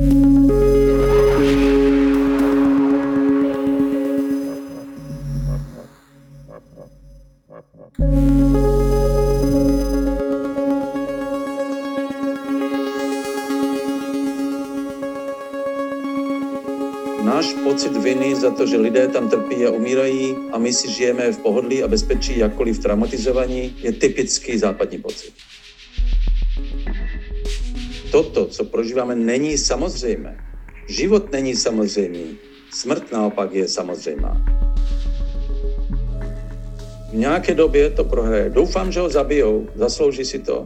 Náš pocit viny za to, že lidé tam trpí a umírají a my si žijeme v pohodlí a bezpečí, jakkoliv traumatizovaní, je typický západní pocit. Toto, co prožíváme, není samozřejmé. Život není samozřejmý. Smrt naopak je samozřejmá. V nějaké době to prohraje. Doufám, že ho zabijou. Zaslouží si to.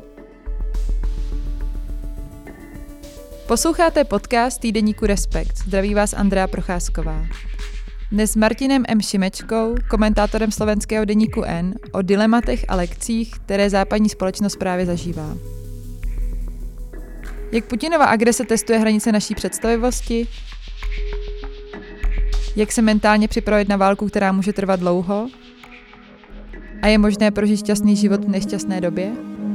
Posloucháte podcast týdeníku Respekt. Zdraví vás Andrea Procházková. Dnes s Martinem M. Šimečkou, komentátorem slovenského deníku N, o dilematech a lekcích, které západní společnost právě zažívá. Jak Putinova agrese testuje hranice naší představivosti? Jak se mentálně připravit na válku, která může trvat dlouho? A je možné prožít šťastný život v nešťastné době?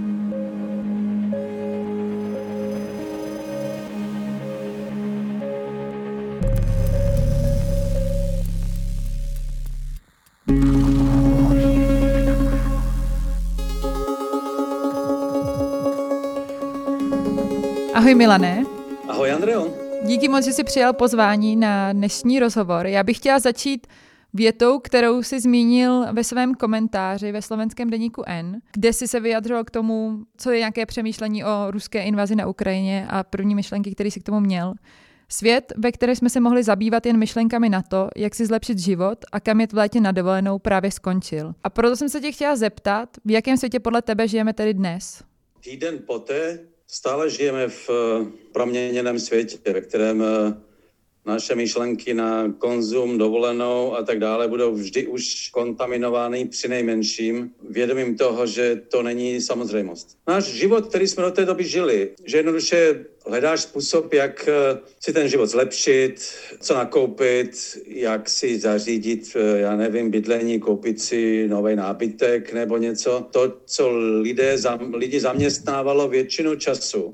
Ahoj Milane. Ahoj Andreo. Díky moc, že jsi přijal pozvání na dnešní rozhovor. Já bych chtěla začít větou, kterou jsi zmínil ve svém komentáři ve slovenském deníku N, kde jsi se vyjadřoval k tomu, co je nějaké přemýšlení o ruské invazi na Ukrajině a první myšlenky, které jsi k tomu měl. Svět, ve kterém jsme se mohli zabývat jen myšlenkami na to, jak si zlepšit život a kam jet v létě na dovolenou, právě skončil. A proto jsem se tě chtěla zeptat, v jakém světě podle tebe žijeme tedy dnes? Týden poté stále žijeme v proměněném světě, ve kterém naše myšlenky na konzum, dovolenou a tak dále budou vždy už kontaminovány přinejmenším vědomím toho, že to není samozřejmost. Náš život, který jsme do té doby žili, že jednoduše hledáš způsob, jak si ten život zlepšit, co nakoupit, jak si zařídit, já nevím, bydlení, koupit si nový nábytek nebo něco. To, co lidi zaměstnávalo většinu času,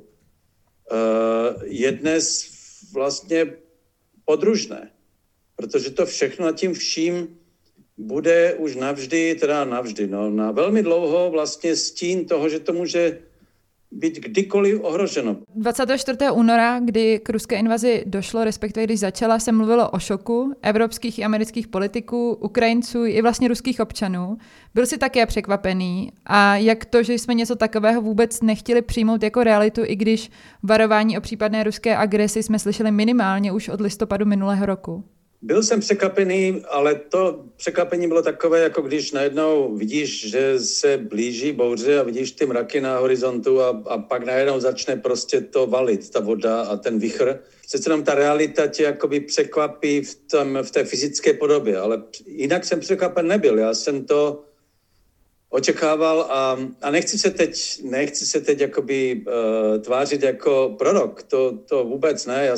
je dnes vlastně podružné, protože to všechno nad tím vším bude už navždy, na velmi dlouho vlastně stín toho, že to může být kdykoliv ohroženo. 24. února, kdy k ruské invazi došlo, respektive když začala, se mluvilo o šoku evropských i amerických politiků, Ukrajinců i vlastně ruských občanů. Byl jsi také překvapený a jak to, že jsme něco takového vůbec nechtěli přijmout jako realitu, i když varování o případné ruské agresi jsme slyšeli minimálně už od listopadu minulého roku? Byl jsem překvapený, ale to překvapení bylo takové, jako když najednou vidíš, že se blíží bouře a vidíš ty mraky na horizontu a pak najednou začne prostě to valit, ta voda a ten vichr. Přece jenom ta realita tě jakoby překvapí v té fyzické podobě, ale jinak jsem překvapen nebyl. Já jsem to očekával a nechci se teď jakoby tvářit jako prorok. To vůbec ne.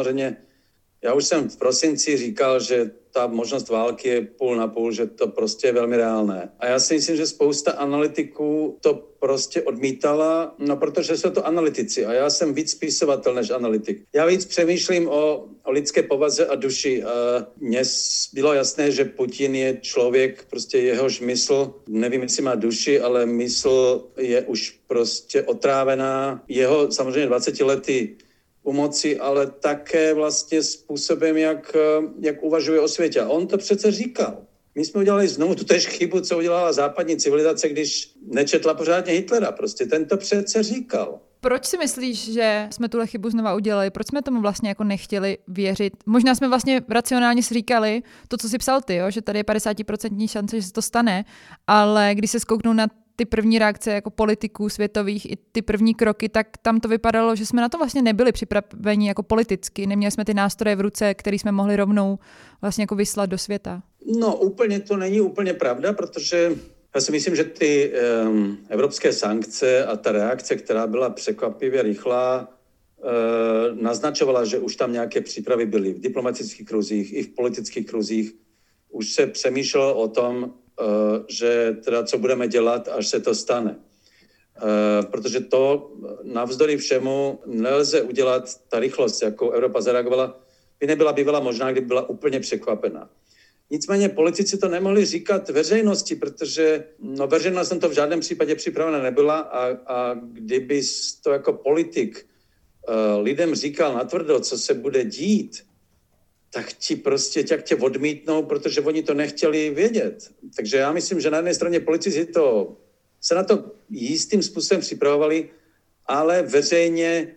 Já už jsem v prosinci říkal, že ta možnost války je půl na půl, že to prostě je velmi reálné. A já si myslím, že spousta analytiků to prostě odmítala, protože jsou to analytici a já jsem víc spisovatel než analytik. Já víc přemýšlím o lidské povaze a duši. Mně bylo jasné, že Putin je člověk, prostě jehož mysl, nevím, jestli má duši, ale mysl je už prostě otrávená. Jeho samozřejmě 20 lety u moci, ale také vlastně způsobem, jak uvažuje o světě. A on to přece říkal. My jsme udělali znovu tu též chybu, co udělala západní civilizace, když nečetla pořádně Hitlera. Prostě ten to přece říkal. Proč si myslíš, že jsme tuhle chybu znova udělali? Proč jsme tomu vlastně jako nechtěli věřit? Možná jsme vlastně racionálně si říkali to, co jsi psal ty, jo? Že tady je 50% šance, že se to stane, ale když se zkouknou na ty první reakce jako politiků světových i ty první kroky, tak tam to vypadalo, že jsme na to vlastně nebyli připraveni jako politicky. Neměli jsme ty nástroje v ruce, které jsme mohli rovnou vlastně jako vyslat do světa. No úplně to není úplně pravda, protože já si myslím, že ty evropské sankce a ta reakce, která byla překvapivě rychlá, naznačovala, že už tam nějaké přípravy byly v diplomatických kruzích i v politických kruzích. Už se přemýšlelo o tom, že teda co budeme dělat, až se to stane. protože to navzdory všemu nelze udělat, ta rychlost, jakou Evropa zareagovala, by nebyla bývala možná, kdyby byla úplně překvapená. Nicméně politici to nemohli říkat veřejnosti, protože veřejnost na to v žádném případě připravena nebyla a kdyby to jako politik lidem říkal natvrdo, co se bude dít, tak ti prostě tě odmítnou, protože oni to nechtěli vědět. Takže já myslím, že na jedné straně politici se na to jistým způsobem připravovali, ale veřejně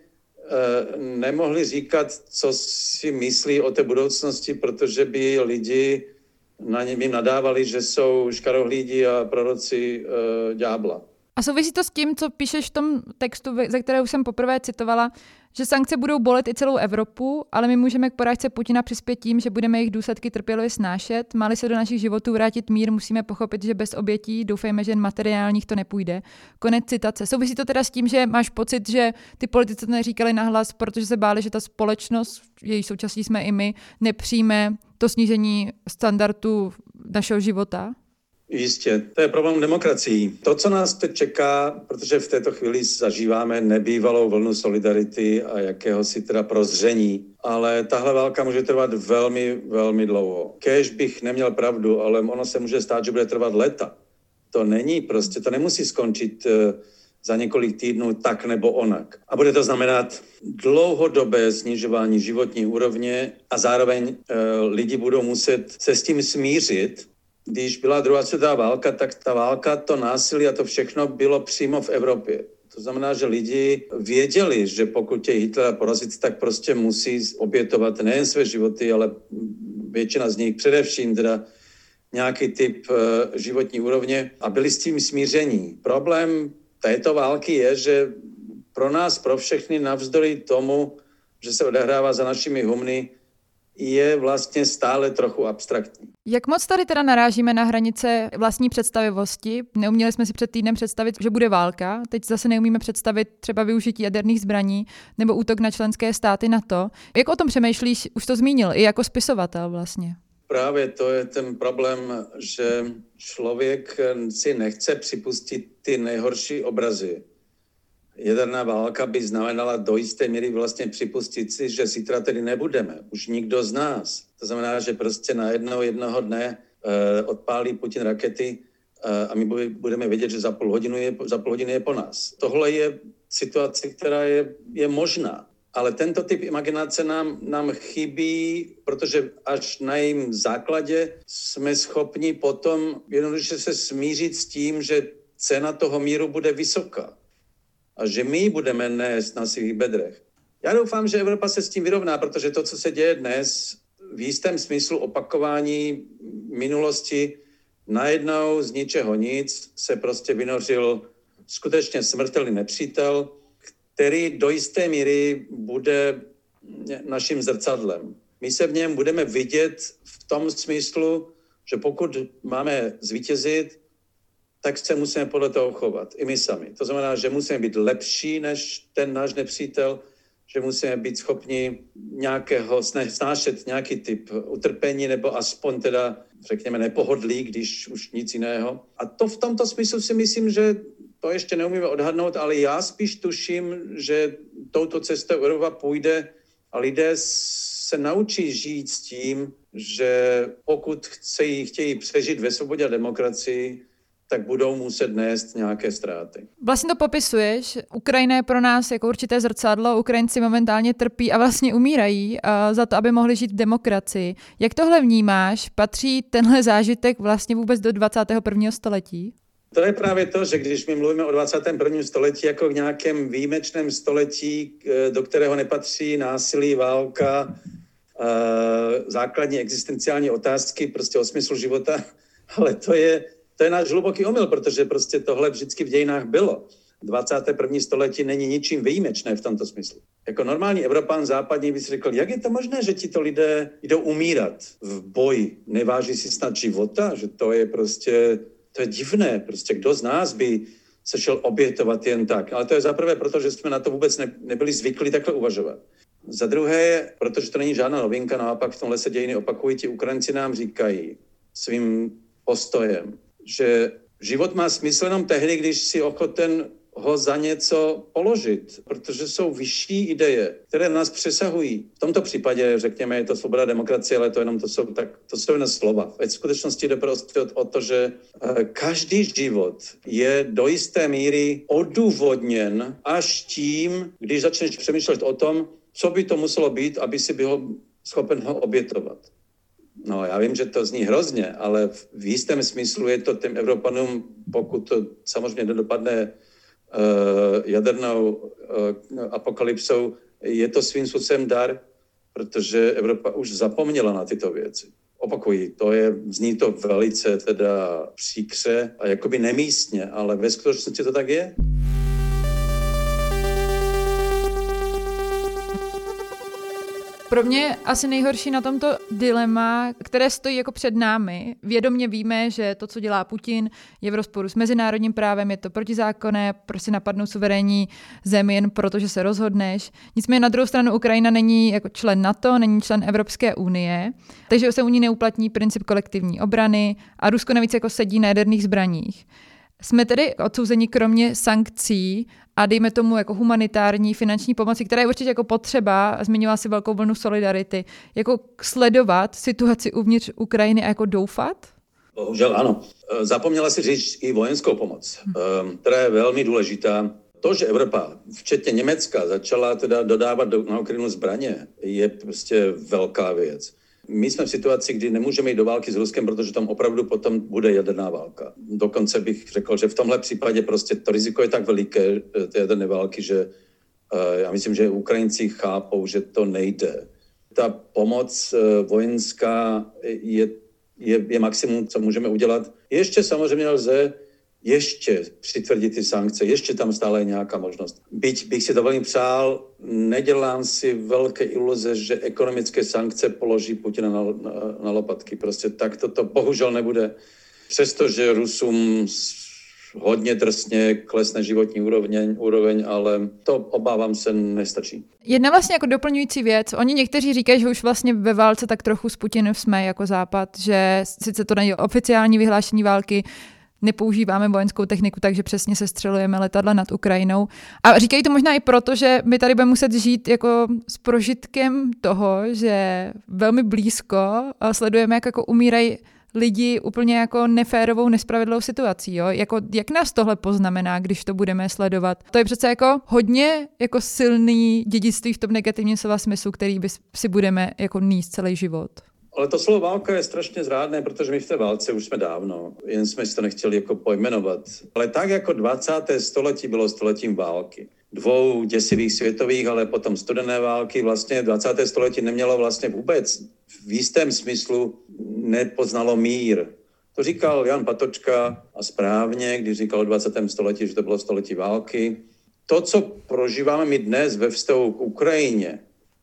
nemohli říkat, co si myslí o té budoucnosti, protože by lidi na ně nadávali, že jsou škarohlídi a proroci ďábla. A souvisí to s tím, co píšeš v tom textu, ze kterého jsem poprvé citovala, že sankce budou bolet i celou Evropu, ale my můžeme k porážce Putina přispět tím, že budeme jejich důsledky trpělivě snášet. Má-li se do našich životů vrátit mír, musíme pochopit, že bez obětí, doufejme, že jen materiálních, to nepůjde. Konec citace. Souvisí to teda s tím, že máš pocit, že ty politici to neříkali nahlas, protože se báli, že ta společnost, její součástí jsme i my, nepřijme to snížení standardu našeho života? Jistě, to je problém demokracií. To, co nás teď čeká, protože v této chvíli zažíváme nebývalou vlnu solidarity a jakéhosi teda prozření, ale tahle válka může trvat velmi, velmi dlouho. Kéž bych neměl pravdu, ale ono se může stát, že bude trvat léta. To není prostě, to nemusí skončit za několik týdnů tak nebo onak. A bude to znamenat dlouhodobé snižování životní úrovně a zároveň lidi budou muset se s tím smířit. Když byla druhá světová válka, tak ta válka, to násilí a to všechno bylo přímo v Evropě. To znamená, že lidi věděli, že pokud je Hitlera porazit, tak prostě musí obětovat nejen své životy, ale většina z nich především teda nějaký typ životní úrovně a byli s tím smíření. Problém této války je, že pro nás, pro všechny, navzdory tomu, že se odehrává za našimi humny, je vlastně stále trochu abstraktní. Jak moc tady teda narážíme na hranice vlastní představivosti? Neuměli jsme si před týdnem představit, že bude válka, teď zase neumíme představit třeba využití jaderných zbraní nebo útok na členské státy NATO. Jak o tom přemýšlíš? Už to zmínil, i jako spisovatel vlastně. Právě to je ten problém, že člověk si nechce připustit ty nejhorší obrazy. Jaderná válka by znamenala do jisté míry vlastně připustit si, že zítra tedy nebudeme. Už nikdo z nás. To znamená, že prostě najednou jednoho dne odpálí Putin rakety a my budeme vědět, že za půl hodiny je po nás. Tohle je situace, která je možná. Ale tento typ imaginace nám chybí, protože až na jejím základě jsme schopni potom jednoduše se smířit s tím, že cena toho míru bude vysoká a že my budeme nést na svých bedrech. Já doufám, že Evropa se s tím vyrovná, protože to, co se děje dnes, v jistém smyslu opakování minulosti, najednou z ničeho nic se prostě vynořil skutečně smrtelný nepřítel, který do jisté míry bude naším zrcadlem. My se v něm budeme vidět v tom smyslu, že pokud máme zvítězit, tak se musíme podle toho chovat, i my sami. To znamená, že musíme být lepší než ten náš nepřítel, že musíme být schopni snášet nějaký typ utrpení, nebo aspoň teda, řekněme, nepohodlí, když už nic jiného. A to v tomto smyslu si myslím, že to ještě neumíme odhadnout, ale já spíš tuším, že touto cestou Evropa půjde a lidé se naučí žít s tím, že pokud chtějí přežít ve svobodě a demokracii, tak budou muset nést nějaké ztráty. Vlastně to popisuješ. Ukrajina je pro nás jako určité zrcadlo. Ukrajinci momentálně trpí a vlastně umírají za to, aby mohli žít v demokracii. Jak tohle vnímáš? Patří tenhle zážitek vlastně vůbec do 21. století? To je právě to, že když my mluvíme o 21. století jako k nějakém výjimečném století, do kterého nepatří násilí, válka, základní existenciální otázky, prostě o smyslu života, ale to je náš hluboký omyl, protože prostě tohle vždycky v dějinách bylo. 21. století není ničím výjimečné v tomto smyslu. Jako normální Evropan západní by si řekl, jak je to možné, že tito lidé jdou umírat v boji, neváží si snad života, že to je divné, prostě kdo z nás by se šel obětovat jen tak. Ale to je zaprvé, protože jsme na to vůbec nebyli zvyklí takhle uvažovat. Za druhé, protože to není žádná novinka, naopak v tomhle se dějiny opakují, ti Ukrajinci nám říkají svým postojem, že život má smysl jenom tehdy, když si ochoten ho za něco položit, protože jsou vyšší ideje, které nás přesahují. V tomto případě, řekněme, je to svoboda demokracie, ale to jsou jenom slova. Ve skutečnosti jde prostě o to, že každý život je do jisté míry odůvodněn až tím, když začneš přemýšlet o tom, co by to muselo být, aby si byl schopen ho obětovat. No, já vím, že to zní hrozně, ale v jistém smyslu je to těm Evropanům, pokud to samozřejmě nedopadne jadernou apokalypsou, je to svým způsobem dar, protože Evropa už zapomněla na tyto věci. Opakuji, zní to velice teda příkře a jakoby nemístně, ale ve skutečnosti to tak je. Pro mě asi nejhorší na tomto dilema, které stojí jako před námi. Vědomě víme, že to, co dělá Putin, je v rozporu s mezinárodním právem, je to protizákonné, prostě napadnout suverénní zemi jen proto, že se rozhodneš. Nicméně na druhou stranu Ukrajina není jako člen NATO, není člen Evropské unie, takže se u ní neuplatní princip kolektivní obrany a Rusko navíc jako sedí na jaderných zbraních. Jsme tedy odsouzeni kromě sankcí a dejme tomu jako humanitární finanční pomoci, která je určitě jako potřeba, zmiňovala si velkou vlnu solidarity, jako sledovat situaci uvnitř Ukrajiny a jako doufat? Bohužel ano. Zapomněla si říct i vojenskou pomoc, která je velmi důležitá. To, že Evropa, včetně Německa, začala teda dodávat na Ukrajinu zbraně, je prostě velká věc. My jsme v situaci, kdy nemůžeme jít do války s Ruskem, protože tam opravdu potom bude jaderná válka. Dokonce bych řekl, že v tomhle případě prostě to riziko je tak veliké, té jaderné války, že já myslím, že Ukrajinci chápou, že to nejde. Ta pomoc vojenská je maximum, co můžeme udělat. Ještě samozřejmě lze ještě přitvrdit ty sankce, ještě tam stále je nějaká možnost. Byť bych si to velmi přál, nedělám si velké iluze, že ekonomické sankce položí Putina na lopatky. Prostě tak to bohužel nebude. Přestože Rusům hodně drsně klesne životní úroveň, ale to obávám se nestačí. Jedna vlastně jako doplňující věc. Oni někteří říkají, že už vlastně ve válce tak trochu s Putinem jsme jako Západ, že sice to není oficiální vyhlášení války, nepoužíváme vojenskou techniku, takže přesně sestřelujeme letadla nad Ukrajinou. A říkají to možná i proto, že my tady budeme muset žít jako s prožitkem toho, že velmi blízko sledujeme, jak jako umírají lidi úplně jako neférovou, nespravedlivou situací. Jo? Jako, jak nás tohle poznamená, když to budeme sledovat? To je přece jako hodně jako silný dědictví v tom negativním slova smyslu, který si budeme jako nést celý život. Ale to slovo válka je strašně zrádné, protože my v té válce už jsme dávno, jen jsme si to nechtěli jako pojmenovat. Ale tak jako 20. století bylo stoletím války. 2 děsivých světových, ale potom studené války. Vlastně 20. století nemělo vlastně vůbec v jistém smyslu nepoznalo mír. To říkal Jan Patočka a správně, když říkal o 20. století, že to bylo století války. To, co prožíváme my dnes ve vztahu k Ukrajině,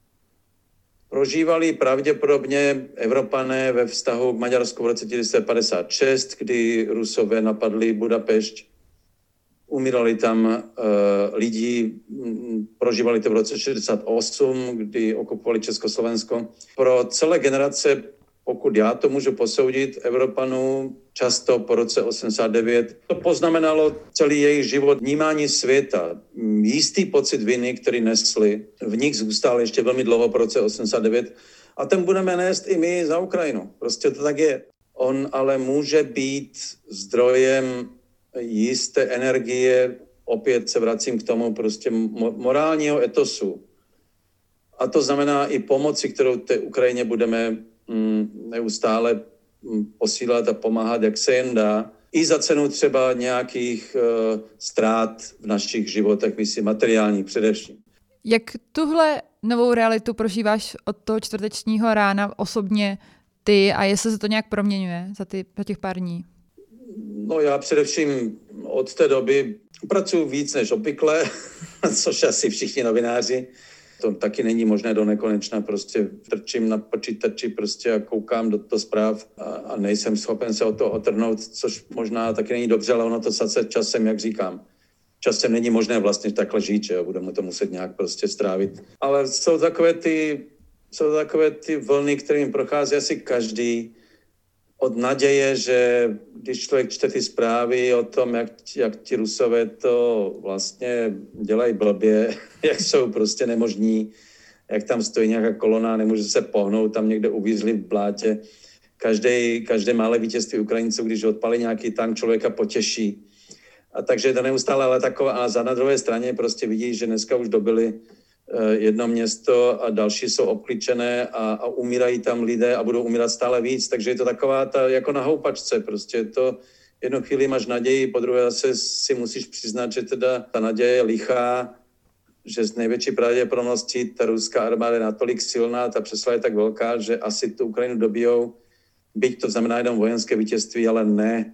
prožívali pravděpodobně Evropané ve vztahu k Maďarsku v roce 1956, kdy Rusové napadli Budapešť. Umírali tam lidi, prožívali to v roce 1968, kdy okupovali Československo. Pro celé generace, pokud já to můžu posoudit, Evropanů často po roce 89, to poznamenalo celý jejich život, vnímání světa, jistý pocit viny, který nesli. V nich zůstal ještě velmi dlouho po roce 89 a ten budeme nést i my za Ukrajinu. Prostě to tak je. On ale může být zdrojem jisté energie, opět se vracím k tomu prostě morálního etosu. A to znamená i pomoci, kterou té Ukrajině budeme neustále posílat a pomáhat, jak se jen dá. I za cenu třeba nějakých ztrát v našich životech, myslím materiálních především. Jak tuhle novou realitu prožíváš od toho čtvrtečního rána osobně ty a jestli se to nějak proměňuje za těch pár dní? No já především od té doby pracuji víc než obvykle, což asi všichni novináři. To taky není možné do nekonečna, prostě trčím na počítači prostě a koukám do zpráv a nejsem schopen se od toho otrhnout, což možná taky není dobře, ale ono to zase časem, jak říkám, časem není možné vlastně takhle žít, že jo, budeme to muset nějak prostě strávit. Ale jsou takové ty vlny, kterým prochází asi každý. od naděje, že když člověk čte ty zprávy o tom, jak ti Rusové to vlastně dělají blbě, jak jsou prostě nemožní, jak tam stojí nějaká kolona, nemůže se pohnout, tam někde uvízli v blátě. Každé malé vítězství Ukrajinců, když odpalí nějaký tank, člověka potěší. A takže je to neustále ale taková, a na druhé straně prostě vidí, že dneska už dobili jedno město a další jsou obklíčené a umírají tam lidé a budou umírat stále víc. Takže je to taková jako na houpačce. Prostě je to jednu chvíli máš naději, po druhé zase si musíš přiznat, že teda ta naděje je lichá, že z největší pravděpodobností ta ruská armáda je natolik silná, ta přesla je tak velká, že asi tu Ukrajinu dobijou, byť to znamená jenom vojenské vítězství, ale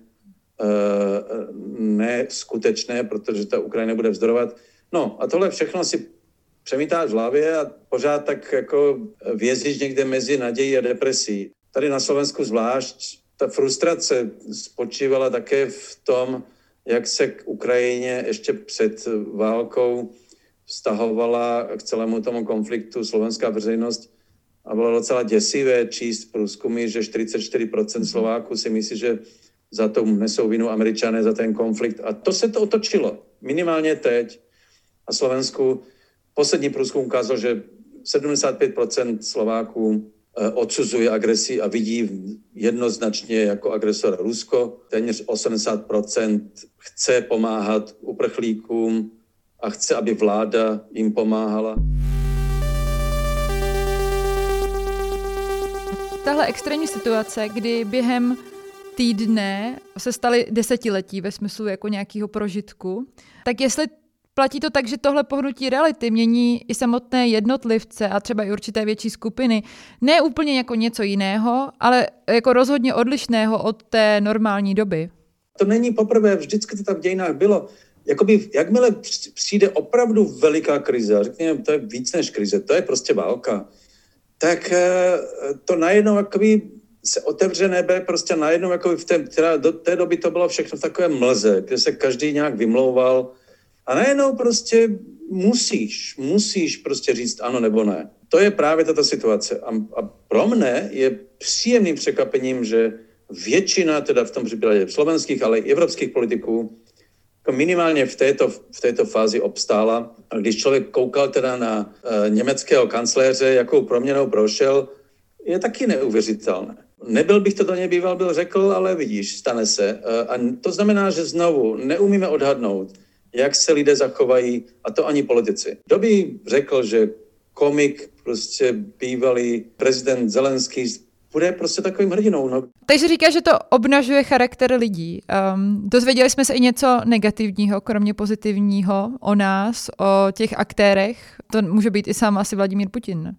ne skutečné, protože ta Ukrajina bude vzdorovat. No a tohle všechno si přemítáš v hlavě a pořád tak jako vězíš někde mezi nadějí a depresí. Tady na Slovensku zvlášť ta frustrace spočívala také v tom, jak se k Ukrajině ještě před válkou vztahovala k celému tomu konfliktu slovenská veřejnost a bylo docela děsivé číst průzkumy, že 44% Slováků si myslí, že za to nesou vinu Američané za ten konflikt. A to se to otočilo. Minimálně teď na Slovensku poslední průzkum ukázal, že 75% Slováků odsuzuje agresi a vidí jednoznačně jako agresora Rusko. Téměř 80% chce pomáhat uprchlíkům a chce, aby vláda jim pomáhala. Tahle extrémní situace, kdy během týdne se staly desetiletí ve smyslu jako nějakého prožitku, tak jestli platí to tak, že tohle pohnutí reality mění i samotné jednotlivce a třeba i určité větší skupiny, ne úplně jako něco jiného, ale jako rozhodně odlišného od té normální doby. To není poprvé, vždycky to tak v dějinách bylo. Jakoby, jakmile přijde opravdu veliká krize, a řekněme, to je víc než krize, to je prostě válka, tak to najednou jakoby se otevře nebe, prostě najednou jakoby do té doby to bylo všechno v takové mlze, kde se každý nějak vymlouval a najednou prostě musíš prostě říct ano nebo ne. To je právě tato situace. A pro mne je příjemným překvapením, že většina, teda v tom případě slovenských, ale i evropských politiků, minimálně v této fázi obstála. A když člověk koukal teda na německého kancléře, jakou proměnou prošel, je taky neuvěřitelné. Nebyl bych to do něj býval byl řekl, ale vidíš, stane se. A to znamená, že znovu neumíme odhadnout, jak se lidé zachovají, a to ani politici. Kdo by řekl, že komik, prostě bývalý prezident Zelenský, bude prostě takovým hrdinou. No. Takže říká, že to obnažuje charakter lidí. Dozvěděli jsme se i něco negativního, kromě pozitivního o nás, o těch aktérech. To může být i sám asi Vladimír Putin.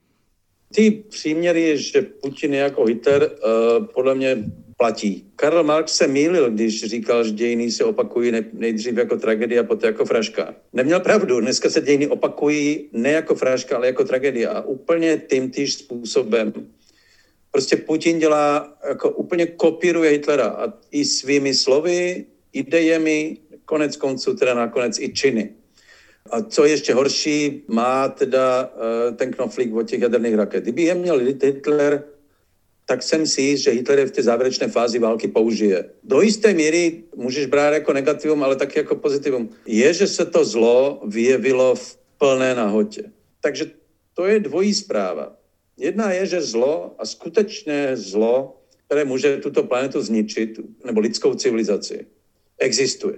Ty příměry, že Putin je jako Hitler, podle mě platí. Karl Marx se mýlil, když říkal, že dějiny se opakují nejdřív jako tragédia a poté jako fraška. Neměl pravdu, dneska se dějiny opakují ne jako fraška, ale jako tragédia a úplně týmž způsobem. Prostě Putin dělá, jako úplně kopíruje Hitlera a i svými slovy, idejemi, konec konců teda nakonec i činy. A co je ještě horší, má teda ten knoflík od těch jaderných raket. Kdyby je měl Hitler, tak jsem si jist, že Hitler je v té závěrečné fázi války použije. Do jisté míry můžeš brát jako negativum, ale taky jako pozitivum. Je, že se to zlo vyjevilo v plné nahotě. Takže to je dvojí zpráva. Jedna je, že zlo a skutečné zlo, které může tuto planetu zničit, nebo lidskou civilizaci, existuje.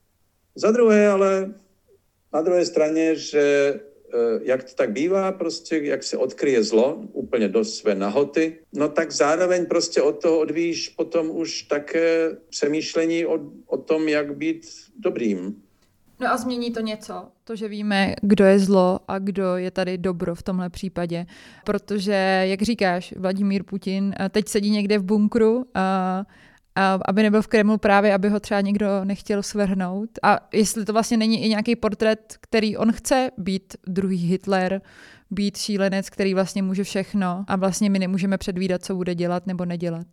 Za druhé ale na druhé straně, že jak to tak bývá, prostě jak se odkryje zlo úplně do své nahoty, no tak zároveň prostě od toho odvíjíš potom už také přemýšlení o tom, jak být dobrým. No a změní to něco? To, že víme, kdo je zlo a kdo je tady dobro v tomhle případě. Protože, jak říkáš, Vladimír Putin teď sedí někde v bunkru a aby nebyl v Kremlu právě, aby ho třeba někdo nechtěl svrhnout. A jestli to vlastně není i nějaký portrét, který on chce být druhý Hitler, být šílenec, který vlastně může všechno a vlastně my nemůžeme předvídat, co bude dělat nebo nedělat.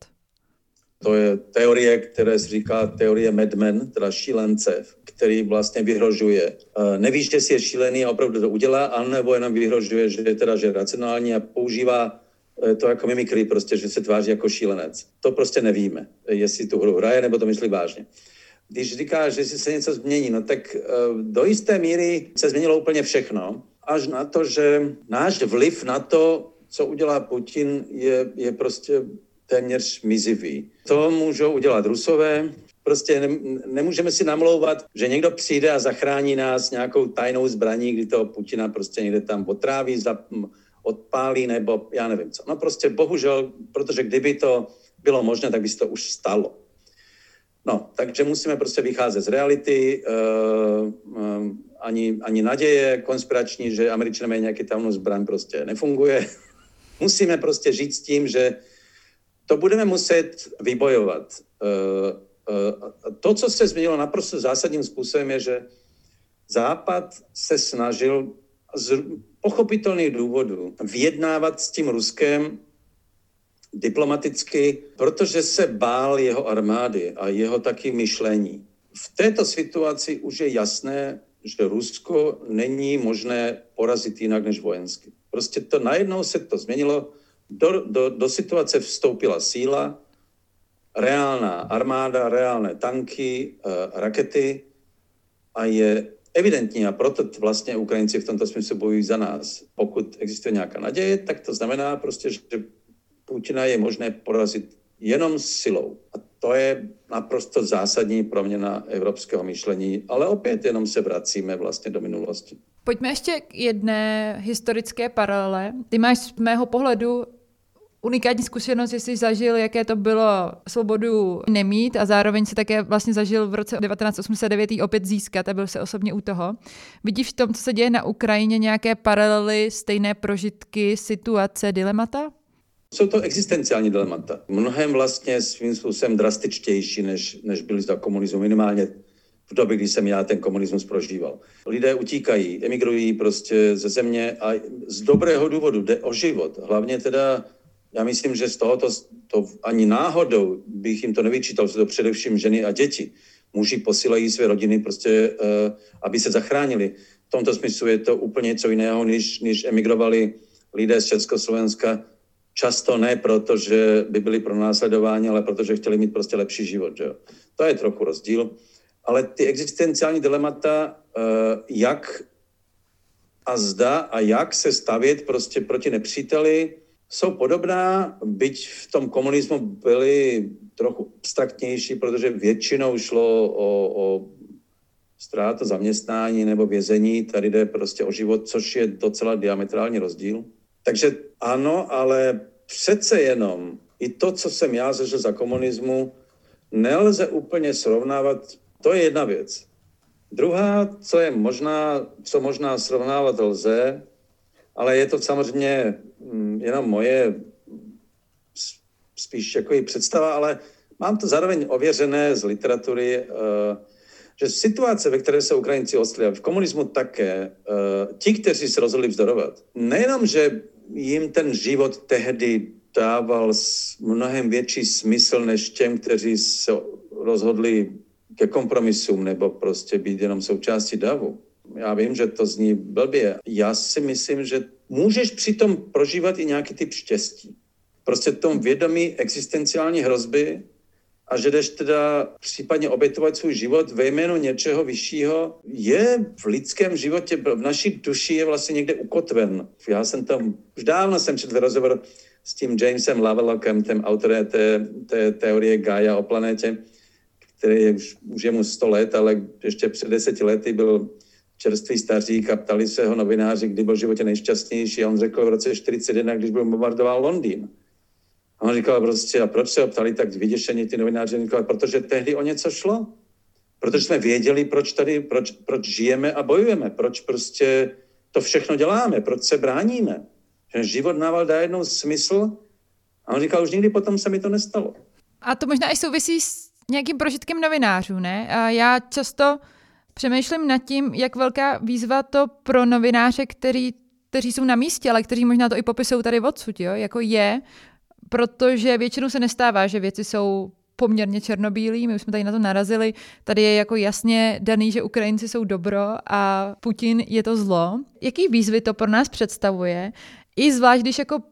To je teorie, která se říká teorie madman, teda šílence, který vlastně vyhrožuje. Nevíš, jestli je šílený a opravdu to udělá, anebo jenom vyhrožuje, že je teda že racionální a používá to jako mimikry prostě, že se tváří jako šílenec. To prostě nevíme, jestli tu hru hraje, nebo to myslí vážně. Když říká, že si se něco změní, no tak do jisté míry se změnilo úplně všechno, až na to, že náš vliv na to, co udělá Putin, je prostě téměř mizivý. To můžou udělat Rusové. Prostě nemůžeme si namlouvat, že někdo přijde a zachrání nás nějakou tajnou zbraní, kdy toho Putina prostě někde tam otráví, odpálí nebo já nevím co. No prostě bohužel, protože kdyby to bylo možné, tak by se to už stalo. No, takže musíme prostě vycházet z reality, ani naděje konspirační, že Američané mají nějaký tajnou zbraň, prostě nefunguje. Musíme prostě žít s tím, že to budeme muset vybojovat. To, co se změnilo naprosto zásadním způsobem, je, že Západ se snažil z pochopitelných důvodů vyjednávat s tím Ruskem diplomaticky, protože se bál jeho armády a jeho taky myšlení. V této situaci už je jasné, že Rusko není možné porazit jinak než vojensky. Prostě to najednou se to změnilo, do situace vstoupila síla, reálná armáda, reálné tanky, rakety a je evidentní a proto vlastně Ukrajinci v tomto smyslu bojují za nás. Pokud existuje nějaká naděje, tak to znamená prostě, že Putina je možné porazit jenom silou. A to je naprosto zásadní proměna evropského myšlení, ale opět jenom se vracíme vlastně do minulosti. Pojďme ještě k jedné historické paralele. Ty máš z mého pohledu unikátní zkušenost, že jsi zažil, jaké to bylo svobodu nemít a zároveň si také vlastně zažil v roce 1989 opět získat a byl se osobně u toho. Vidíš v tom, co se děje na Ukrajině, nějaké paralely, stejné prožitky, situace, dilemata? Jsou to existenciální dilemata. Mnohem vlastně svým způsobem drastičtější, než byly za komunismu, minimálně v době, kdy jsem já ten komunismus prožíval. Lidé utíkají, emigrují prostě ze země a z dobrého důvodu jde o život. Hlavně teda, já myslím, že z tohoto to ani náhodou bych jim to nevyčítal, jsou to především ženy a děti. Muži posílají své rodiny prostě, aby se zachránili. V tomto smyslu je to úplně něco jiného, než emigrovali lidé z Československa. Často ne proto, že by byli pronásledováni, ale protože chtěli mít prostě lepší život. Že? To je trochu rozdíl. Ale ty existenciální dilemata, jak a zda a jak se stavět prostě proti nepříteli, jsou podobná, byť v tom komunismu byly trochu abstraktnější, protože většinou šlo o ztrátu zaměstnání nebo vězení. Tady jde prostě o život, což je docela diametrální rozdíl. Takže ano, ale přece jenom i to, co jsem já zažil za komunismu, nelze úplně srovnávat. To je jedna věc. Druhá, co možná srovnávat lze, ale je to samozřejmě jenom moje spíš jako i představa, ale mám to zároveň ověřené z literatury, že situace, ve které se Ukrajinci ocitli, v komunismu také, ti, kteří se rozhodli vzdorovat, nejenom, že jim ten život tehdy dával mnohem větší smysl než těm, kteří se rozhodli ke kompromisům nebo prostě být jenom součástí davu. Já vím, že to zní blbě. Já si myslím, že můžeš přitom prožívat i nějaký typ štěstí. Prostě v tom vědomí existenciální hrozby a že jdeš teda případně obětovat svůj život ve jménu něčeho vyššího, je v lidském životě, v naší duši je vlastně někde ukotven. Já jsem tam, už dávno jsem četl rozhovor s tím Jamesem Lovelockem, tím autorem té teorie Gaia o planetě, který je už je mu 100 let, ale ještě před 10 lety byl čerstvý stařík a ptali se ho novináři, kdy byl v životě nejšťastnější a on řekl v roce 1941, když byl bombardoval Londýn. A on říkal prostě, a proč se ho ptali tak vyděšení ty novináři? Říkal, protože tehdy o něco šlo. Protože jsme věděli, proč žijeme a bojujeme, proč prostě to všechno děláme, proč se bráníme. Že život nám dá jednou smysl a on říkal, už nikdy potom se mi to nestalo. A to možná i souvisí s nějakým prožitkem novinářů, ne? A já často přemýšlím nad tím, jak velká výzva to pro novináře, kteří jsou na místě, ale kteří možná to i popisují tady odsud, jo? Jako je, protože většinou se nestává, že věci jsou poměrně černobílý, my už jsme tady na to narazili, tady je jako jasně daný, že Ukrajinci jsou dobro a Putin je to zlo. Jaký výzvy to pro nás představuje? I zvlášť, když jako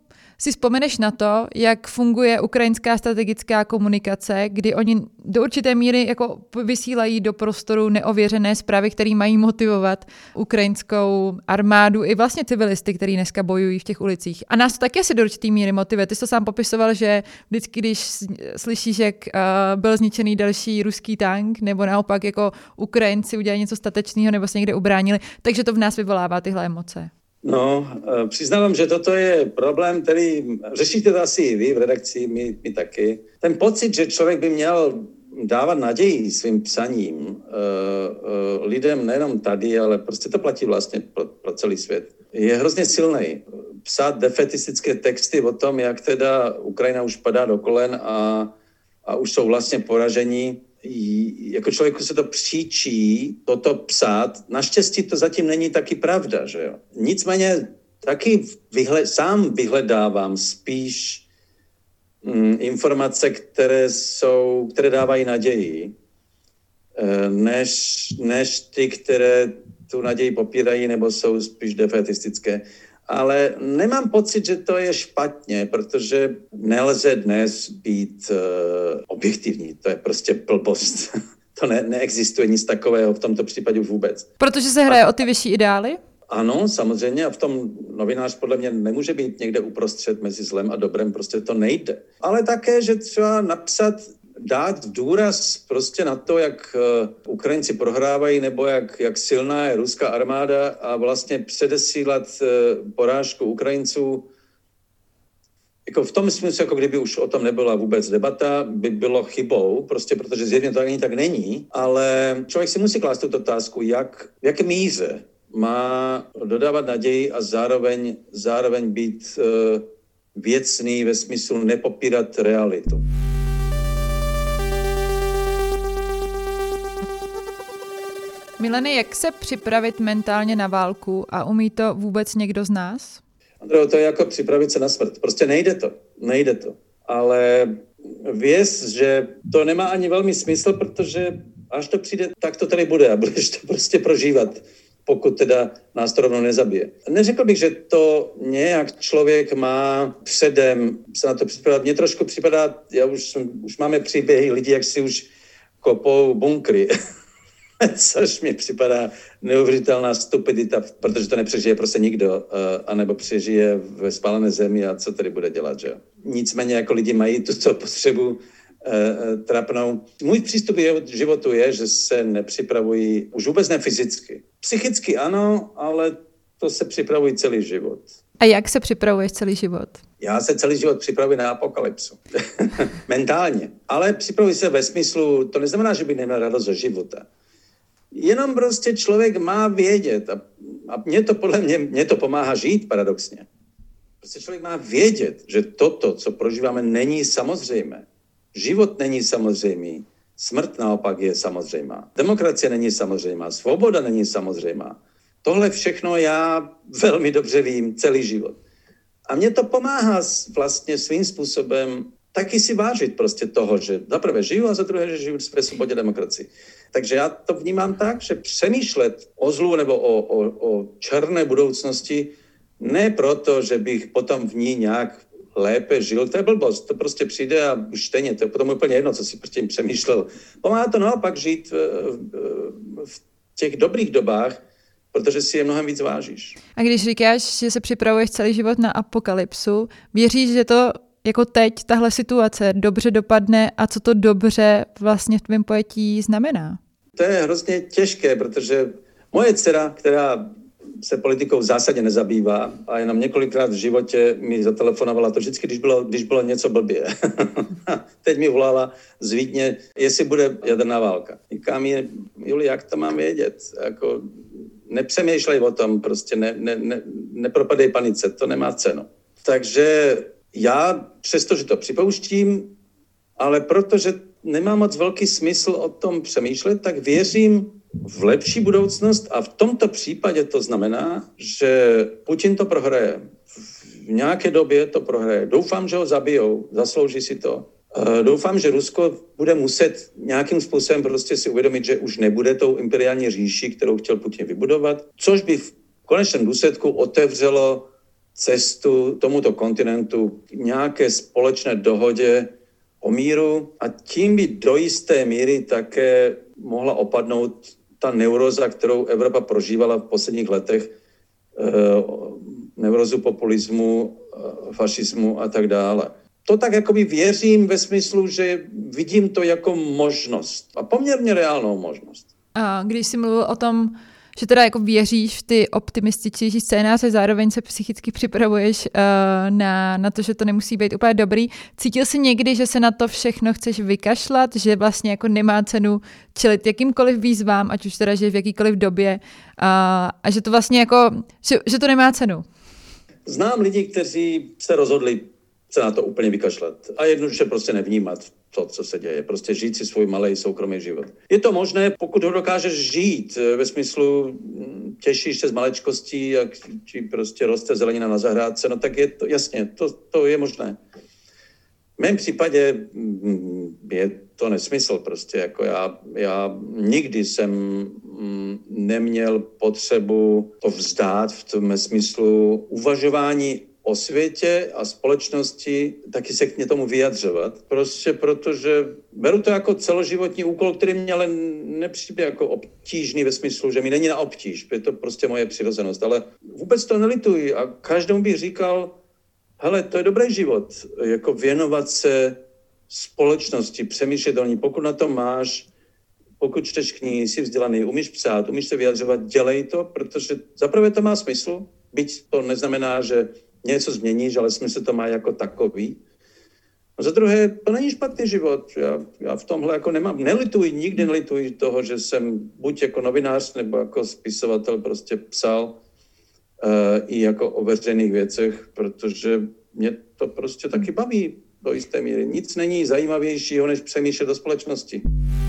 si vzpomeneš na to, jak funguje ukrajinská strategická komunikace, kdy oni do určité míry jako vysílají do prostoru neověřené zprávy, které mají motivovat ukrajinskou armádu i vlastně civilisty, kteří dneska bojují v těch ulicích. A nás to taky asi do určité míry motivuje. Ty jsi to sám popisoval, že vždycky, když slyšíš, jak byl zničený další ruský tank, nebo naopak jako Ukrajinci udělali něco statečného nebo se někde ubránili, takže to v nás vyvolává tyhle emoce. No, přiznávám, že toto je problém, který řešíte to asi i vy v redakci, my taky. Ten pocit, že člověk by měl dávat naději svým psaním lidem nejenom tady, ale prostě to platí vlastně pro celý svět, je hrozně silný. Psát defetistické texty o tom, jak teda Ukrajina už padá do kolen a už jsou vlastně poražení, jako člověku se to příčí toto psát. Naštěstí to zatím není taky pravda, že jo. Nicméně taky sám vyhledávám spíš informace, které dávají naději, než ty, které tu naději popírají nebo jsou spíš defetistické. Ale nemám pocit, že to je špatně, protože nelze dnes být objektivní. To je prostě blbost. To neexistuje nic takového v tomto případě vůbec. Protože se hraje o ty vyšší ideály? Ano, samozřejmě. A v tom novinář podle mě nemůže být někde uprostřed mezi zlem a dobrem. Prostě to nejde. Ale také, že třeba dát důraz prostě na to, jak Ukrajinci prohrávají, nebo jak silná je ruská armáda a vlastně předesílat porážku Ukrajinců. Jako v tom smyslu, jako kdyby už o tom nebyla vůbec debata, by bylo chybou, prostě protože zjevně to ani tak není, ale člověk si musí klást tuto otázku, v jaké míře má dodávat naději a zároveň být věcný ve smyslu nepopírat realitu. Milene, jak se připravit mentálně na válku a umí to vůbec někdo z nás? Andrejo, to je jako připravit se na smrt. Prostě nejde to. Ale věz, že to nemá ani velmi smysl, protože až to přijde, tak to tady bude a budeš to prostě prožívat, pokud teda nás to rovnou nezabije. Neřekl bych, že to nějak člověk má předem se na to připravit. Mně trošku připadá, už máme příběhy lidí, jak si už kopou bunkry. Což mi připadá neuvěřitelná stupidita, protože to nepřežije prostě nikdo, anebo přežije ve spálené zemi a co tady bude dělat, že? Nicméně jako lidi mají tuto potřebu trapnou. Můj přístup k životu je, že se nepřipravují, už vůbec ne fyzicky. Psychicky ano, ale to se připravují celý život. A jak se připravuješ celý život? Já se celý život připravuji na apokalypsu. Mentálně. Ale připravuji se ve smyslu, to neznamená, že bych neměl radost ze života. Jenom prostě člověk má vědět a mě to pomáhá žít paradoxně. Prostě člověk má vědět, že toto, co prožíváme, není samozřejmé. Život není samozřejmý, smrt naopak je samozřejmá. Demokracie není samozřejmá, svoboda není samozřejmá. Tohle všechno já velmi dobře vím celý život. A mě to pomáhá vlastně svým způsobem taky si vážit prostě toho, že za prvé žiju a za druhé, že žiju ve svobodě demokracii. Takže já to vnímám tak, že přemýšlet o zlu nebo o černé budoucnosti ne proto, že bych potom v ní nějak lépe žil, to je blbost, to prostě přijde a už stejně, to je potom úplně jedno, co si prostě přemýšlel. Pomáhá to naopak žít v těch dobrých dobách, protože si je mnohem víc vážíš. A když říkáš, že se připravuješ celý život na apokalypsu, věříš, že to jako teď tahle situace dobře dopadne a co to dobře vlastně v tvém pojetí znamená? To je hrozně těžké, protože moje dcera, která se politikou v zásadě nezabývá a jenom několikrát v životě mi zatelefonovala to vždycky, když bylo něco blbě. Teď mi volala z Vídně, jestli bude jaderná válka. Říkám jí, Juli, jak to mám vědět? Jako, nepřemýšlej o tom, prostě nepropadej panice, to nemá cenu. Takže já přestože to připouštím, ale protože nemá moc velký smysl o tom přemýšlet, tak věřím v lepší budoucnost a v tomto případě to znamená, že Putin to prohraje. V nějaké době to prohraje. Doufám, že ho zabijou, zaslouží si to. Doufám, že Rusko bude muset nějakým způsobem prostě si uvědomit, že už nebude tou imperiální říši, kterou chtěl Putin vybudovat, což by v konečném důsledku otevřelo cestu tomuto kontinentu k nějaké společné dohodě o míru a tím by do jisté míry také mohla opadnout ta neuroza, kterou Evropa prožívala v posledních letech, neurozu populismu, fašismu a tak dále. To tak jakoby věřím ve smyslu, že vidím to jako možnost a poměrně reálnou možnost. A když jsi mluvil o tom, že teda jako věříš v ty optimističtější scénáře, zároveň se psychicky připravuješ na to, že to nemusí být úplně dobrý. Cítil jsi někdy, že se na to všechno chceš vykašlat, že vlastně jako nemá cenu čelit jakýmkoliv výzvám, ať už teda žiješ v jakýkoliv době a že to vlastně jako, že to nemá cenu? Znám lidi, kteří se rozhodli se na to úplně vykašlat a jednoduše prostě nevnímat to, co se děje. Prostě žít si svůj malý soukromý život. Je to možné, pokud ho dokážeš žít ve smyslu těšíš se z malečkostí, jak ti prostě roste zelenina na zahrádce, no tak je to jasně, to je možné. V mém případě je to nesmysl prostě, jako já nikdy jsem neměl potřebu to vzdát v tom smyslu uvažování o světě a společnosti, taky se k tomu vyjadřovat. Prostě protože beru to jako celoživotní úkol, který mě ale nepřijde jako obtížný ve smyslu, že mi není na obtíž. Je to prostě moje přirozenost, ale vůbec to nelituji a každému bych říkal, hele, to je dobrý život, jako věnovat se společnosti, přemýšlet o ní, pokud na to máš, pokud čteš knihy, jsi vzdělaný, umíš psát, umíš se vyjadřovat, dělej to, protože zaprvé to má smysl, byť to neznamená, že něco změníš, ale smysl to má jako takový. A za druhé, to není špatný život. Já v tomhle jako nikdy nelituji toho, že jsem buď jako novinář nebo jako spisovatel prostě psal i jako o veřejných věcech, protože mě to prostě taky baví do jisté míry. Nic není zajímavějšího, než přemýšlet o společnosti.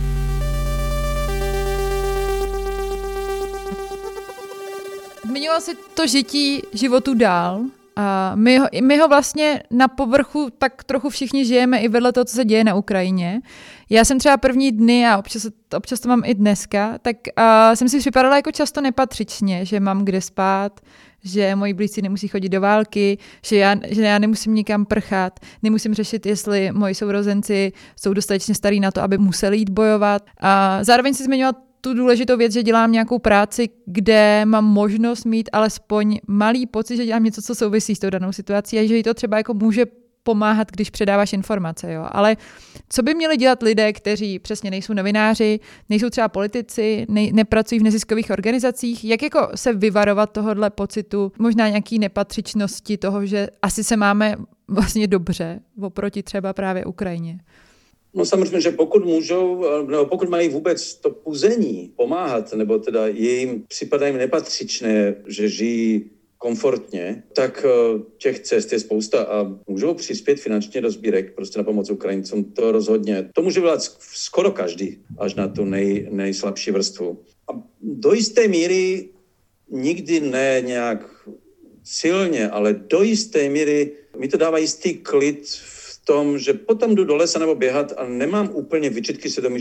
Zmiňoval jsi to žití životu dál. A my ho vlastně na povrchu tak trochu všichni žijeme i vedle toho, co se děje na Ukrajině. Já jsem třeba první dny a občas to mám i dneska, tak jsem si připadala jako často nepatřičně, že mám kde spát, že moji blízcí nemusí chodit do války, že já nemusím nikam prchat, nemusím řešit, jestli moji sourozenci jsou dostatečně starí na to, aby museli jít bojovat. A zároveň si zmiňoval tu důležitou věc, že dělám nějakou práci, kde mám možnost mít alespoň malý pocit, že dělám něco, co souvisí s tou danou situací a že jí to třeba jako může pomáhat, když předáváš informace. Jo. Ale co by měli dělat lidé, kteří přesně nejsou novináři, nejsou třeba politici, nepracují v neziskových organizacích? Jak jako se vyvarovat tohohle pocitu, možná nějaký nepatřičnosti toho, že asi se máme vlastně dobře oproti třeba právě Ukrajině? No samozřejmě, že pokud můžou, nebo pokud mají vůbec to puzení pomáhat, nebo teda jim připadá jim nepatřičné, že žijí komfortně, tak těch cest je spousta a můžou přispět finančně do sbírek prostě na pomoc Ukrajincům, to rozhodně. To může dělat skoro každý, až na tu nejslabší vrstvu. A do jisté míry nikdy ne nějak silně, ale do jisté míry mi to dává jistý klid v tom, že potom jdu do lesa nebo běhat a nemám úplně vyčitky svědomí,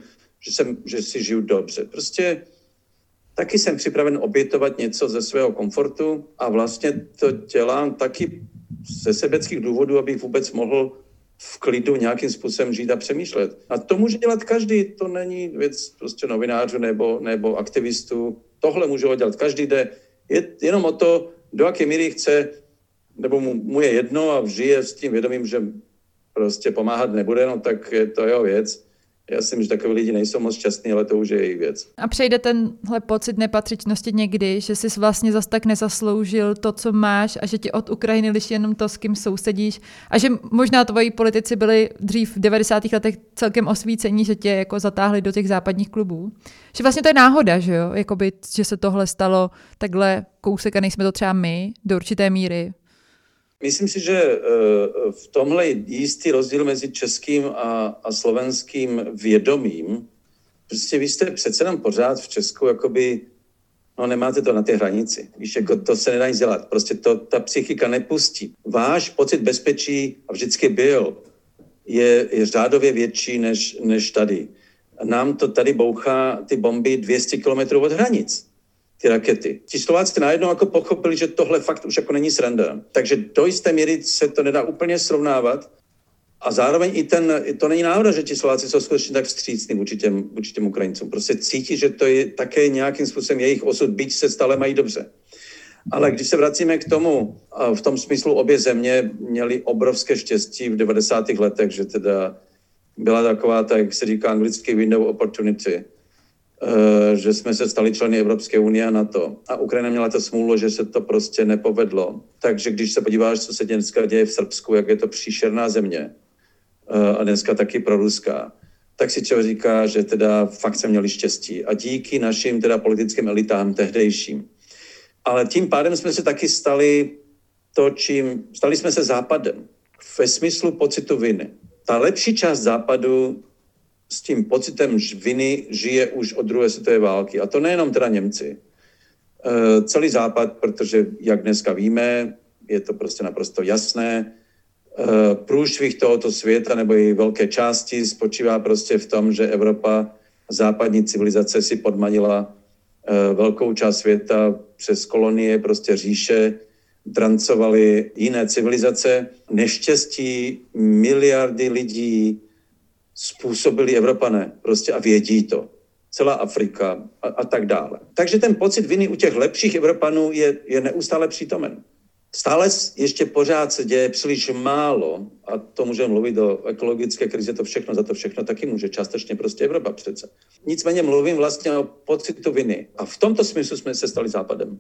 že si žiju dobře. Prostě taky jsem připraven obětovat něco ze svého komfortu a vlastně to dělám taky ze sebeckých důvodů, abych vůbec mohl v klidu nějakým způsobem žít a přemýšlet. A to může dělat každý, to není věc prostě novinářů nebo aktivistů. Tohle může dělat každý, jde jenom o to, do jaké míry chce, nebo mu je jedno a žije s tím vědomím, že prostě pomáhat nebude, no tak je to jeho věc. Já si myslím, že takový lidi nejsou moc šťastní, ale to už je jejich věc. A přejde tenhle pocit nepatřičnosti někdy, že jsi vlastně zas tak nezasloužil to, co máš a že ti od Ukrajiny liší jenom to, s kým sousedíš a že možná tvoji politici byli dřív v 90. letech celkem osvícení, že tě jako zatáhli do těch západních klubů. Že vlastně to je náhoda, že jo? Jakoby, že se tohle stalo takhle kousek a nejsme to třeba my do určité míry. Myslím si, že v tomhle je jistý rozdíl mezi českým a slovenským vědomím. Prostě vy jste přece nám pořád v Česku, jakoby, no nemáte to na té hranici. Víš, jako to se nedá nic dělat. Prostě ta psychika nepustí. Váš pocit bezpečí, a vždycky byl, je řádově větší než tady. Nám to tady bouchá ty bomby 200 kilometrů od hranic. ty rakety. Ti Slováci najednou jako pochopili, že tohle fakt už jako není sranda. Takže do jisté míry se to nedá úplně srovnávat. A zároveň to není náhoda, že ti Slováci jsou skutečně tak vstřícní vůči těm Ukrajincům. Prostě cítí, že to je také nějakým způsobem jejich osud, byť se stále mají dobře. Ale když se vracíme k tomu, v tom smyslu obě země měly obrovské štěstí v 90. letech, že teda byla taková, tak jak se říká anglicky, window opportunity, že jsme se stali členy Evropské unie a NATO. A Ukrajina měla to smůlu, že se to prostě nepovedlo. Takže když se podíváš, co se dneska děje v Srbsku, jak je to příšerná země, a dneska taky proruská, tak si člověk říká, že teda fakt jsme měli štěstí. A díky našim teda politickým elitám tehdejším. Ale tím pádem jsme se taky stali jsme se Západem. Ve smyslu pocitu viny. Ta lepší část Západu s tím pocitem viny žije už od druhé světové války. A to nejenom teda Němci. Celý Západ, protože jak dneska víme, je to prostě naprosto jasné, průšvih tohoto světa nebo její velké části spočívá prostě v tom, že Evropa, západní civilizace si podmanila velkou část světa přes kolonie, prostě říše, drancovali jiné civilizace. Neštěstí miliardy lidí způsobili Evropané prostě a vědí to. Celá Afrika a tak dále. Takže ten pocit viny u těch lepších Evropanů je neustále přítomen. Stále ještě pořád se děje příliš málo, a to můžeme mluvit o ekologické krizi, za to všechno taky může částečně prostě Evropa přece. Nicméně mluvím vlastně o pocitu viny. A v tomto smyslu jsme se stali Západem.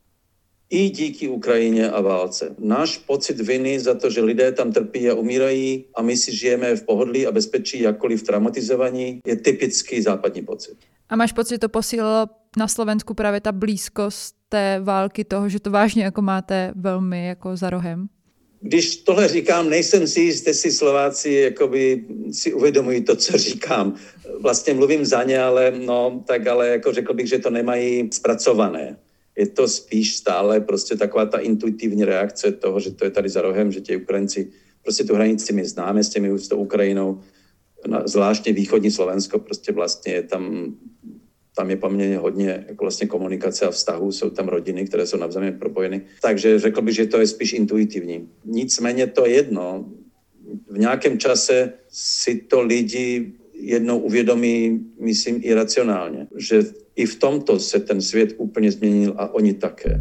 I díky Ukrajině a válce. Náš pocit viny za to, že lidé tam trpí a umírají a my si žijeme v pohodlí a bezpečí, jakkoliv traumatizovaní, je typický západní pocit. A máš pocit, že to posílilo na Slovensku právě ta blízkost té války, toho, že to vážně jako máte velmi jako za rohem? Když tohle říkám, nejsem si jist, jestli Slováci jakoby si uvědomují to, co říkám. Vlastně mluvím za ně, ale jako řekl bych, že to nemají zpracované. Je to spíš stále prostě taková ta intuitivní reakce toho, že to je tady za rohem, že ti Ukrajinci, prostě tu hranici my známe s tou Ukrajinou, zvláštně východní Slovensko, prostě vlastně je tam je poměrně hodně jako vlastně komunikace a vztahů, jsou tam rodiny, které jsou navzájem propojeny. Takže řekl bych, že to je spíš intuitivní. Nicméně to je jedno. V nějakém čase si to lidi jednou uvědomí, myslím, iracionálně, že i v tomto se ten svět úplně změnil a oni také.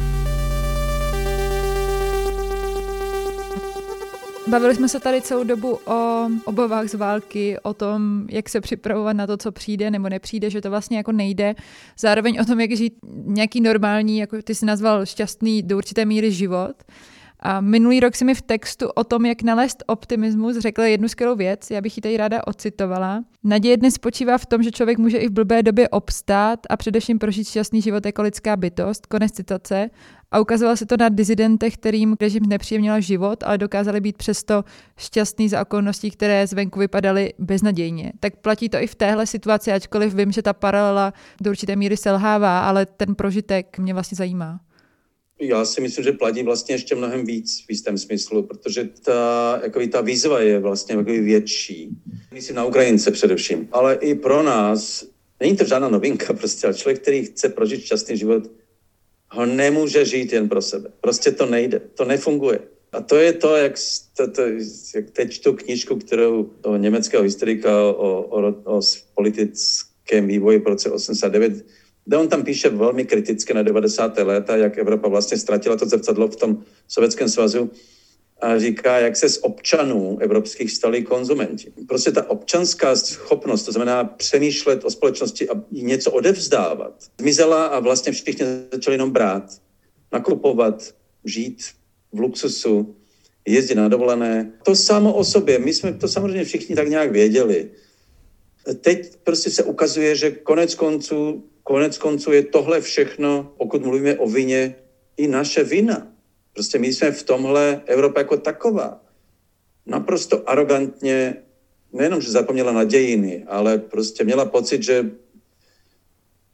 Bavili jsme se tady celou dobu o obavách z války, o tom, jak se připravovat na to, co přijde nebo nepřijde, že to vlastně jako nejde. Zároveň o tom, jak žít nějaký normální, jako ty jsi nazval šťastný do určité míry život. A minulý rok si mi v textu o tom, jak nalézt optimismus, řekl jednu skvělou věc, já bych ji tady ráda ocitovala. Naděje dnes spočívá v tom, že člověk může i v blbé době obstát a především prožít šťastný život jako lidská bytost, konec citace. A ukazovalo se to na dizidentech, kterým režim nepříjemnila život, ale dokázali být přesto šťastný za okolností, které zvenku vypadaly beznadějně. Tak platí to i v téhle situaci, ačkoliv vím, že ta paralela do určité míry selhává, ale ten prožitek mě vlastně zajímá. Já si myslím, že platí vlastně ještě mnohem víc v jistém smyslu, protože ta výzva je vlastně větší. Myslím na Ukrajince především. Ale i pro nás, není to žádná novinka prostě, ale člověk, který chce prožít šťastný život, ho nemůže žít jen pro sebe. Prostě to nejde, to nefunguje. A to je to, jak teď čtu knížku, kterou toho německého historika o politickém vývoji v roce 89, kde on tam píše velmi kriticky na 90. léta, jak Evropa vlastně ztratila to zrcadlo v tom Sovětském svazu a říká, jak se z občanů evropských stali konzumenti. Prostě ta občanská schopnost, to znamená přemýšlet o společnosti a něco odevzdávat, zmizela a vlastně všichni začali jenom brát, nakupovat, žít v luxusu, jezdit na dovolené. To samo o sobě, my jsme to samozřejmě všichni tak nějak věděli. Teď prostě se ukazuje, že konec konců je tohle všechno, pokud mluvíme o vině, i naše vina. Prostě my jsme v tomhle Evropa jako taková. Naprosto arrogantně, nejenom, že zapomněla na dějiny, ale prostě měla pocit,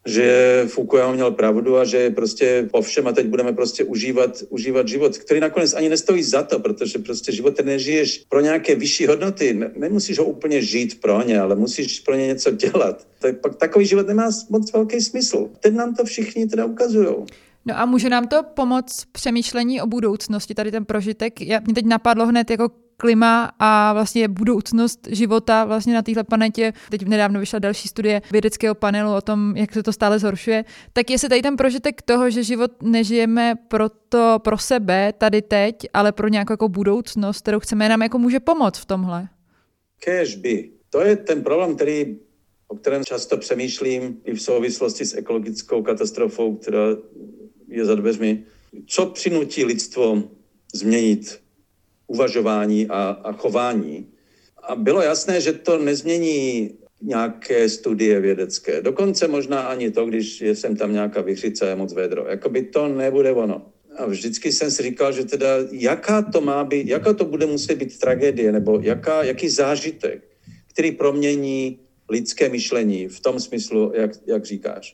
že Fukuyama měl pravdu a že prostě povšem a teď budeme prostě užívat život, který nakonec ani nestojí za to, protože prostě život nežiješ pro nějaké vyšší hodnoty. Nemusíš ho úplně žít pro ně, ale musíš pro ně něco dělat. Tak pak takový život nemá moc velký smysl. Teď nám to všichni teda ukazujou. No a může nám to pomoct přemýšlení o budoucnosti, tady ten prožitek? Mě teď napadlo hned jako klima a vlastně budoucnost života vlastně na téhle planetě. Teď nedávno vyšla další studie vědeckého panelu o tom, jak se to stále zhoršuje. Tak jestli tady ten prožitek toho, že život nežijeme pro sebe tady teď, ale pro nějakou jako budoucnost, kterou chceme, nám jako může pomoct v tomhle? Kéž by. To je ten problém, o kterém často přemýšlím i v souvislosti s ekologickou katastrofou, která je za dveřmi. Co přinutí lidstvo změnit uvažování a chování? A bylo jasné, že to nezmění nějaké studie vědecké. Dokonce možná ani to, když je sem tam nějaká vichřice a je moc vedro. Jakoby to nebude ono. A vždycky jsem si říkal, že teda jaká to bude muset být tragédie, nebo jaký zážitek, který promění lidské myšlení v tom smyslu, jak říkáš.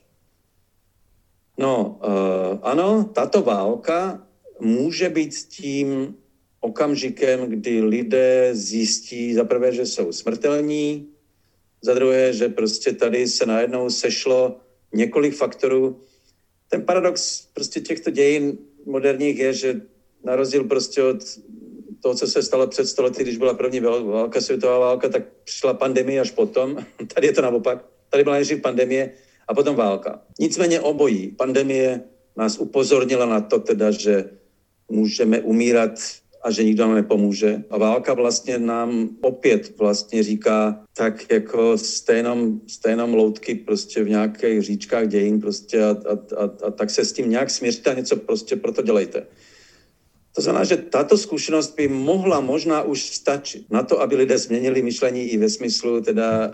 No, ano, tato válka může být tím okamžikem, kdy lidé zjistí za prvé, že jsou smrtelní, za druhé, že prostě tady se najednou sešlo několik faktorů. Ten paradox prostě těchto dějin moderních je, že na rozdíl prostě od toho, co se stalo před 100 lety, když byla první světová válka, tak přišla pandemie až potom. Tady je to naopak. Tady byla nejdřív pandemie a potom válka. Nicméně obojí. Pandemie nás upozornila na to teda, že můžeme umírat a že nikdo nám nepomůže. A válka vlastně nám opět vlastně říká, tak jako jste jenom loutky prostě v nějakých říčkách dějin prostě a tak se s tím nějak směřte a něco prostě proto dělejte. To znamená, že tato zkušenost by mohla možná už stačit na to, aby lidé změnili myšlení i ve smyslu teda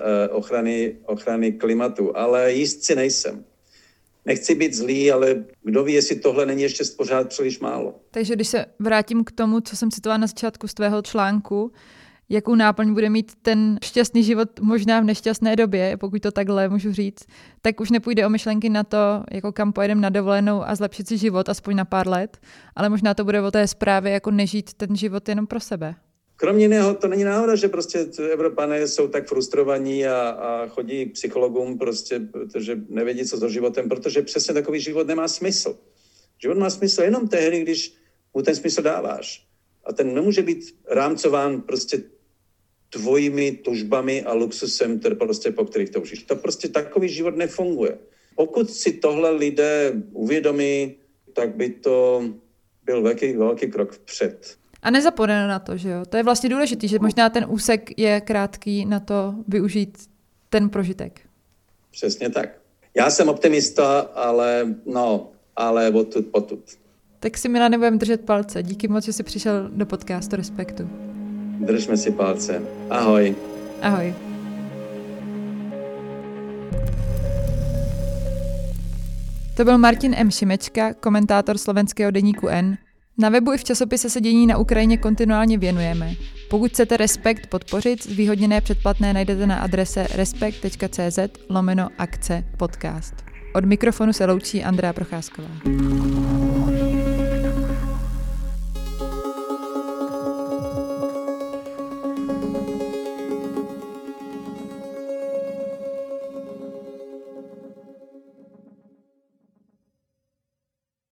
ochrany klimatu, ale jist si nejsem. Nechci být zlý, ale kdo ví, jestli tohle není ještě pořád příliš málo. Takže když se vrátím k tomu, co jsem citovala na začátku z tvého článku, jakou náplň bude mít ten šťastný život možná v nešťastné době, pokud to takhle můžu říct, tak už nepůjde o myšlenky na to, jako kam pojedeme na dovolenou a zlepšit si život aspoň na pár let, ale možná to bude o té zprávě, jako nežít ten život jenom pro sebe. Kromě jiného, to není náhoda, že prostě Evropané jsou tak frustrovaní a chodí k psychologům prostě, protože nevědí, co s životem, protože přesně takový život nemá smysl. Život má smysl jenom tehdy, když mu ten smysl dáváš. A ten nemůže být rámcován prostě tvojimi tužbami a luxusem, prostě po kterých toužíš. To prostě takový život nefunguje. Pokud si tohle lidé uvědomí, tak by to byl velký krok vpřed. A nezapomenu na to, že jo? To je vlastně důležité, že možná ten úsek je krátký na to využít ten prožitek. Přesně tak. Já jsem optimista, ale odtud. Tak si, Milane, budeme držet palce. Díky moc, že jsi přišel do podcastu Respektu. Držme si palce. Ahoj. Ahoj. To byl Martin M. Šimečka, komentátor slovenského deníku N. Na webu i v časopise se dění na Ukrajině kontinuálně věnujeme. Pokud chcete Respekt podpořit, zvýhodněné předplatné najdete na adrese respekt.cz/akce podcast. Od mikrofonu se loučí Andrea Procházková.